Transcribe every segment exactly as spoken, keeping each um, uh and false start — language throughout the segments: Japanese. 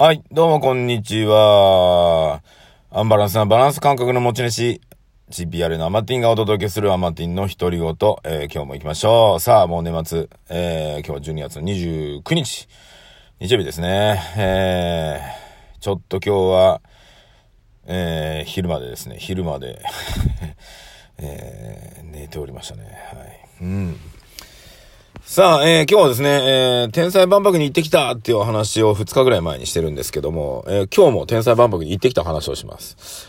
はい、どうもこんにちは。アンバランスなバランス感覚の持ち主、ジーピーアール のアマティンがお届けするアマティンの独り言、えー、今日も行きましょう。さあ、もう年末、えー、今日はじゅうにがつのにじゅうくにち、日曜日ですね。えー、ちょっと今日は、えー、昼までですね、昼まで、えー、寝ておりましたね。はい。うん。さあ、えー、今日はですね、えー、天才万博に行ってきたっていうお話をふつかぐらい前にしてるんですけども、えー、今日も天才万博に行ってきた話をします。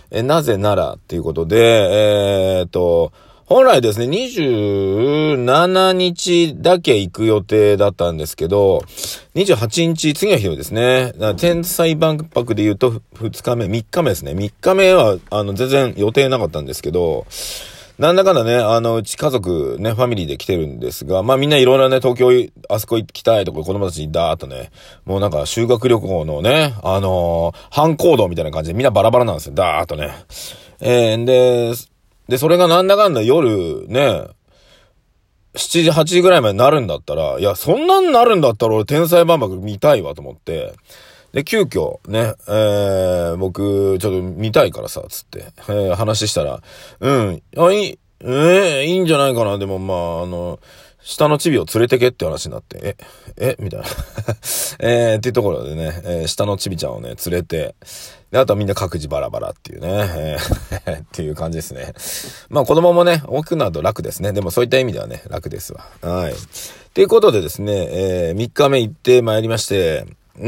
えー、なぜならっていうことで、えーと、本来ですね、にじゅうしちにちだけ行く予定だったんですけど、にじゅうはちにち、次の日をですね、天才万博で言うとふつかめ、みっかめですね。みっかめは、あの、全然予定なかったんですけど、なんだかんだね、あの、うち家族ね、ファミリーで来てるんですが、まあみんないろいろね、東京、あそこ行きたいとか子供たちにダーッとね、もうなんか修学旅行のね、あのー、反行動みたいな感じでみんなバラバラなんですよ、ダーッとね。えー、で、で、それがなんだかんだ夜ね、しちじ、はちじぐらいまでなるんだったら、いや、そんなんなるんだったら俺天才万博見たいわと思って、で、急遽、ね、えー、僕、ちょっと見たいからさ、つって、えー、話したら、うん、あ、いい、えー、いいんじゃないかな、でも、まあ、あの、下のチビを連れてけって話になって、え、え、みたいな。えー、っていうところでね、えー、下のチビちゃんをね、連れて、で、あとはみんな各自バラバラっていうね、えー、っていう感じですね。まあ、子供もね、大きくなると楽ですね。でも、そういった意味ではね、楽ですわ。はい。っていうことでですね、えー、みっかめ行ってまいりまして、うん。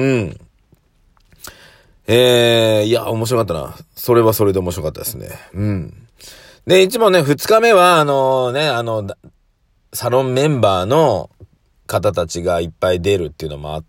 えー、いや、面白かったな。それはそれで面白かったですね。うん。で、いつもね、二日目は、あのね、あの、サロンメンバーの方たちがいっぱい出るっていうのもあって、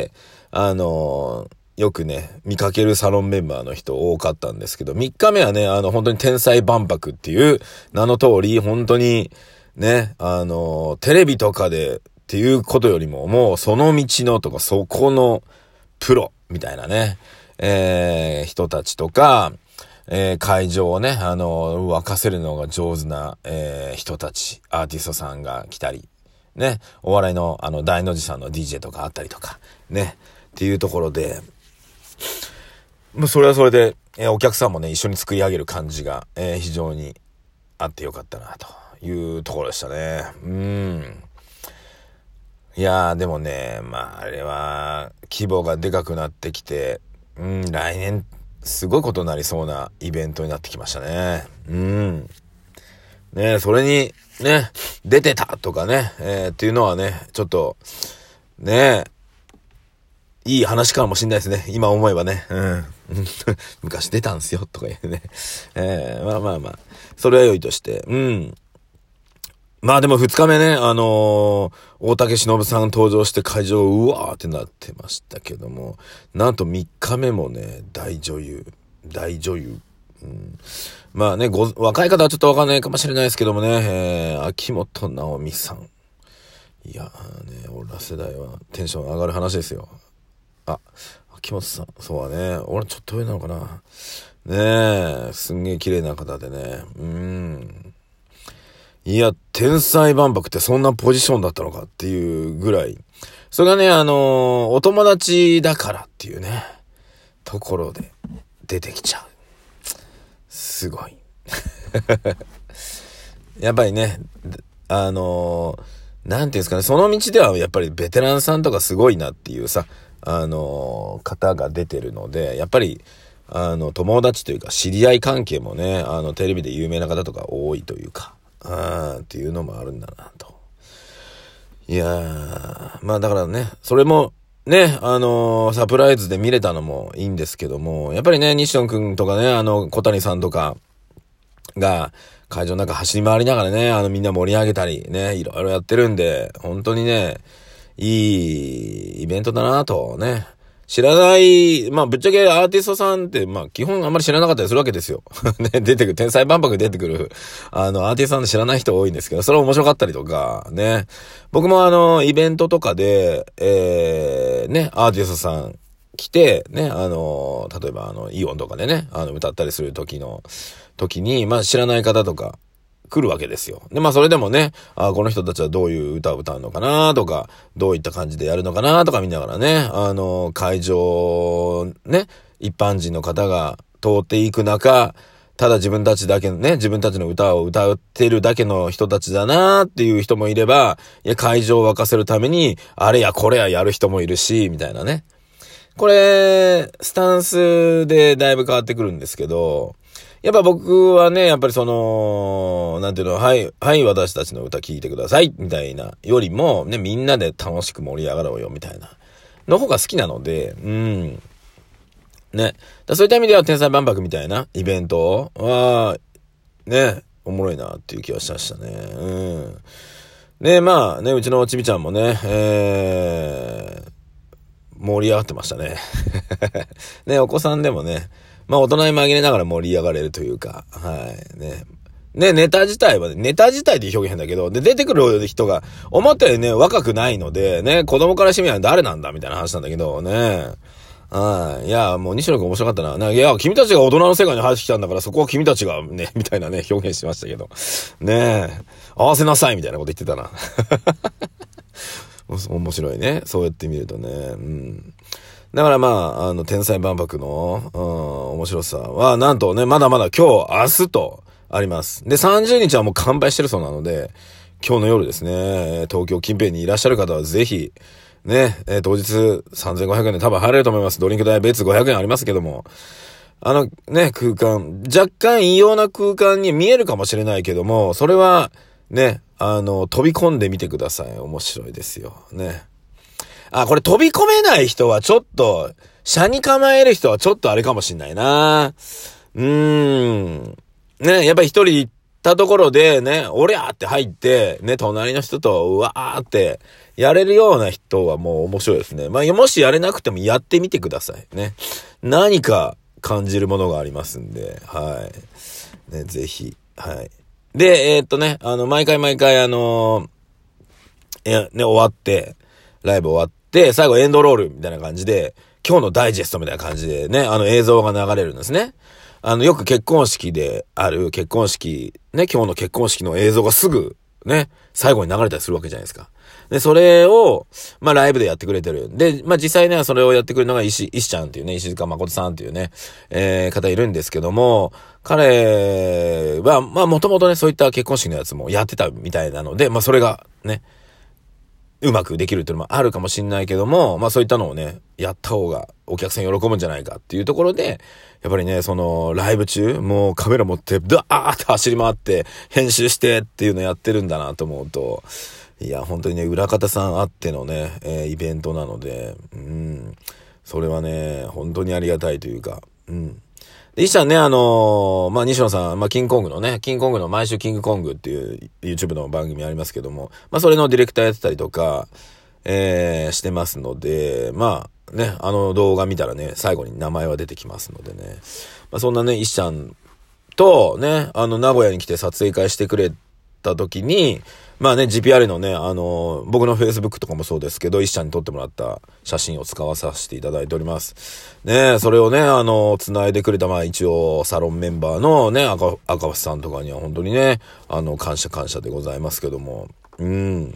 あの、よくね、見かけるサロンメンバーの人多かったんですけど、三日目はね、あの、本当に天才万博っていう名の通り、本当にね、あの、テレビとかでっていうことよりも、もうその道のとか、そこのプロみたいなね、えー、人たちとか、えー、会場をね、あの、沸かせるのが上手な、えー、人たち、アーティストさんが来たり、ね、お笑いの、あの、大の字さんの ディージェー とかあったりとか、ね、っていうところで、もうそれはそれで、えー、お客さんもね、一緒に作り上げる感じが、えー、非常にあってよかったな、というところでしたね。うーん。いやー、でもね、まあ、あれは、規模がでかくなってきて、うん、来年、すごいことになりそうなイベントになってきましたね。うん。ねそれに、ね、出てたとかね、えー、っていうのはね、ちょっと、ねいい話かもしんないですね。今思えばね。うん。昔出たんすよ、とか言うね。えー、まあまあまあ。それは良いとして。うん。まあでも二日目ね、あのー、大竹しのぶさん登場して会場うわーってなってましたけども、なんと三日目もね、大女優、大女優。うん、まあね、ご、若い方はちょっとわかんないかもしれないですけどもね、えー、秋元直美さん。いやーね、俺ら世代はテンション上がる話ですよ。あ、秋元さん、そうだね、俺ちょっと上なのかな。ねえ、すんげえ綺麗な方でね、うーん。いや、天才万博ってそんなポジションだったのかっていうぐらい。それがね、あのー、お友達だからっていうね、ところで出てきちゃう。すごい。やっぱりね、あのー、なんていうんですかね、その道ではやっぱりベテランさんとかすごいなっていうさ、あのー、方が出てるので、やっぱり、あの、友達というか知り合い関係もね、あの、テレビで有名な方とか多いというか、あーっていうのもあるんだなと。いやー、まあだからね、それもね、あのー、サプライズで見れたのもいいんですけども、やっぱりね、西野くんとかね、あの、小谷さんとかが会場の中走り回りながらね、あのみんな盛り上げたりね、いろいろやってるんで、本当にね、いいイベントだなとね。知らない、まあ、ぶっちゃけアーティストさんって、まあ、基本あんまり知らなかったりするわけですよ。ね、出てくる、天才万博出てくる、あの、アーティストさんで知らない人多いんですけど、それは面白かったりとか、ね。僕もあの、イベントとかで、えー、ね、アーティストさん来て、ね、あの、例えばあの、イオンとかでね、あの、歌ったりする時の、時に、まあ、知らない方とか、 来るわけですよ。で、まあそれでもね、あこの人たちはどういう歌を歌うのかなとか、どういった感じでやるのかなとか見ながらね、あの、会場、ね、一般人の方が通っていく中、ただ自分たちだけのね、自分たちの歌を歌ってるだけの人たちだなっていう人もいれば、いや、会場を沸かせるために、あれやこれややる人もいるし、みたいなね。これ、スタンスでだいぶ変わってくるんですけど、やっぱ僕はね、やっぱりその、なんていうの、はい、はい、私たちの歌聴いてください、みたいな、よりも、ね、みんなで楽しく盛り上がろうよ、みたいな、の方が好きなので、うん。ね。だそういった意味では、天才万博みたいなイベントは、ね、おもろいなっていう気はしましたね。うん。で、まあね、うちのちびちゃんもね、えー、盛り上がってましたね。ね、お子さんでもね、まあ大人に紛れながら盛り上がれるというか、はい、ね。ね、ネタ自体は、ね、ネタ自体って表現変だけど、で、出てくる人が、思ったよりね、若くないので、ね、子供からしてみたら誰なんだみたいな話なんだけど、ね。はい。いや、もう西野君面白かったな。なんかいや、君たちが大人の世界に入ってきたんだから、そこは君たちがね、みたいなね、表現しましたけど。ねえ、合わせなさいみたいなこと言ってたな。面白いね。そうやって見るとね。うん。だからまあ、あの、天才万博の、うん、面白さは、なんとね、まだまだ今日、明日とあります。で、さんじゅうにちはもう完売してるそうなので、今日の夜ですね、東京近辺にいらっしゃる方はぜひ、ね、えー、当日さんぜんごひゃくえんで多分入れると思います。ドリンク代別ごひゃくえんありますけども。あのね、空間、若干異様な空間に見えるかもしれないけども、それはね、あの、飛び込んでみてください。面白いですよ。ね。あ、これ飛び込めない人はちょっと、車に構える人はちょっとあれかもしんないな。うーん。ね、やっぱり一人行ったところでね、おりゃーって入って、ね、隣の人とうわーってやれるような人はもう面白いですね。まあ、もしやれなくてもやってみてくださいね。何か感じるものがありますんで、はい。ね、ぜひ、はい。で、えー、っとね、あの、毎回毎回あのー、いや、ね、終わって、ライブ終わって、最後エンドロールみたいな感じで、今日のダイジェストみたいな感じでね、あの映像が流れるんですね。あの、よく結婚式である結婚式、ね、今日の結婚式の映像がすぐ、ね、最後に流れたりするわけじゃないですか。で、それを、まあ、ライブでやってくれてる。で、まあ、実際ね、それをやってくれるのが石、石ちゃんっていうね、石塚誠さんっていうね、えー、方いるんですけども、彼は、まあ、もともとね、そういった結婚式のやつもやってたみたいなので、まあ、それが、ね、うまくできるっていうのもあるかもしんないけども、まあそういったのをね、やった方がお客さん喜ぶんじゃないかっていうところで、やっぱりね、そのライブ中、もうカメラ持って、ダーって走り回って、編集してっていうのやってるんだなと思うと、いや、本当にね、裏方さんあってのね、えー、イベントなので、うん、それはね、本当にありがたいというか、うん。で、一社ね、あのー、まあ、西野さん、まあ、キングコングのね、キングコングの毎週キングコングっていう YouTube の番組ありますけども、まあ、それのディレクターやってたりとか、えー、してますので、まあ、ね、あの動画見たらね、最後に名前は出てきますのでね、まあ、そんなね、一社とね、あの、名古屋に来て撮影会してくれた時に、まあね、ジーピーアール のね、あの、僕の Facebook とかもそうですけど、一社に撮ってもらった写真を使わさせていただいております。ね、それをね、あの、繋いでくれた、まあ一応、サロンメンバーのね、赤、赤橋さんとかには本当にね、あの、感謝感謝でございますけども、うん。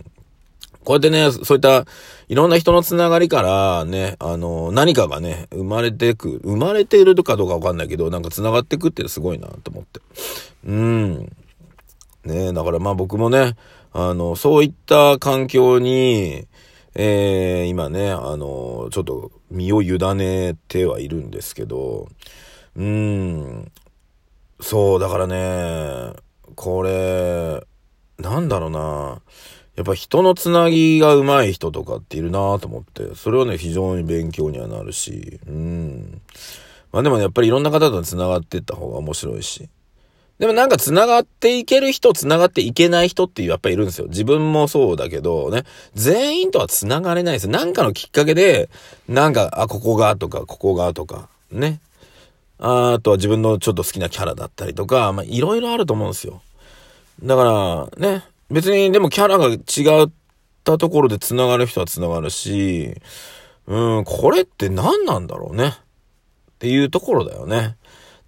こうやってね、そういったいろんな人のつながりからね、あの、何かがね、生まれてく、生まれているかどうかわかんないけど、なんかつながってくってすごいなと思って。うん。ね、だからまあ僕もね、あの、そういった環境に、えー、今ね、あの、ちょっと身を委ねてはいるんですけど、うーん、そう、だからね、これ、なんだろうな、やっぱ人のつなぎが上手い人とかっているなと思って、それはね、非常に勉強にはなるし、うん。まあでもね、やっぱりいろんな方とつながっていった方が面白いし、でもなんか繋がっていける人、繋がっていけない人っていうやっぱりいるんですよ。自分もそうだけどね。全員とは繋がれないです。なんかのきっかけで、なんか、あ、ここがとか、ここがとか、ね。あとは自分のちょっと好きなキャラだったりとか、まあいろいろあると思うんですよ。だから、ね。別にでもキャラが違ったところで繋がる人は繋がるし、うん、これって何なんだろうね。っていうところだよね。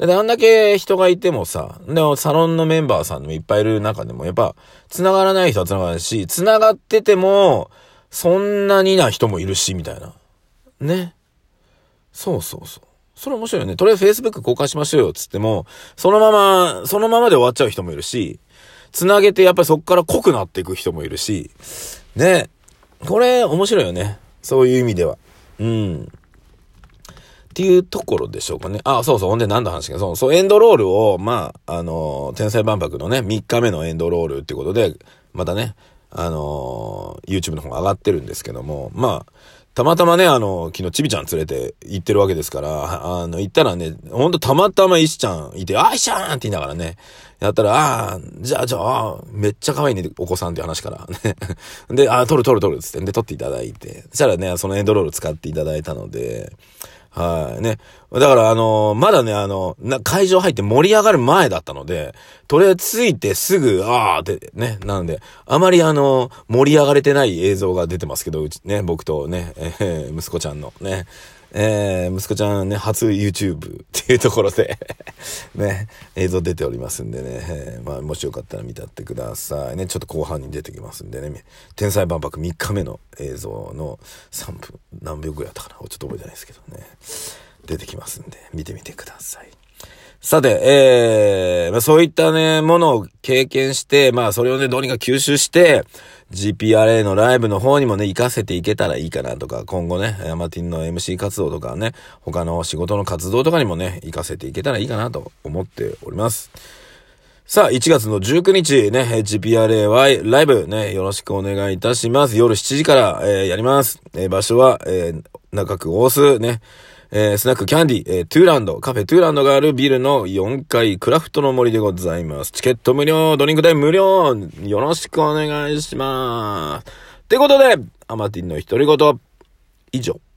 で、あんだけ人がいてもさ、でもサロンのメンバーさんもいっぱいいる中でも、やっぱ、繋がらない人は繋がらないし、繋がってても、そんなにな人もいるし、みたいな。ね。そうそうそう。それ面白いよね。とりあえず Facebook 交換しましょうよ、つっても、そのまま、そのままで終わっちゃう人もいるし、繋げてやっぱりそっから濃くなっていく人もいるし、ね。これ面白いよね。そういう意味では。うん。っていうところでしょうかね。あ、そうそう。ほんで何の話か。そう、そう、エンドロールを、まあ、あのー、天才万博のね、みっかめのエンドロールっていうことで、またね、あのー、YouTube の方が上がってるんですけども、まあ、たまたまね、あの、昨日ちびちゃん連れて行ってるわけですから、あの、行ったらね、ほんとたまたま石ちゃんいて、あ、石ちゃんって言いながらね、やったら、ああ、じゃあ、じゃあ、めっちゃ可愛いね、お子さんっていう話からね。で、あ、撮る撮る撮るっつって、で、撮っていただいて、そしたらね、そのエンドロール使っていただいたので、はいね。だからあのー、まだね、あの、な、会場入って盛り上がる前だったので、とりあえず着いてすぐ、あーってね、なんで、あまりあのー、盛り上がれてない映像が出てますけど、うちね、僕とね、えー、息子ちゃんのね、えー、息子ちゃんね、初 YouTube っていうところで、ね、映像出ておりますんでね、えー、まあ、もしよかったら見たってくださいね。ちょっと後半に出てきますんでね、天才万博みっかめの映像のさんぷん、何秒ぐらいだったかな、ちょっと覚えてないですけどね、出てきますんで、見てみてください。さて、えー、まあ、そういったね、ものを経験して、まあ、それをね、どうにか吸収して、ジーピーアールエー のライブの方にもね、活かせていけたらいいかなとか、今後ね、ヤマティンの エムシー 活動とかね、他の仕事の活動とかにもね、活かせていけたらいいかなと思っております。さあ、いちがつのじゅうくにちね、ジーピーアールエーワイ ライブね、よろしくお願いいたします。夜しちじから、えー、やります。えー、場所は、えー、中区大須ね、えー、スナックキャンディ、えー、トゥーランド、カフェトゥーランドがあるビルのよんかい、クラフトの森でございます。チケット無料、ドリンク代無料、よろしくお願いします。ってことで、アマティンの独り言、以上。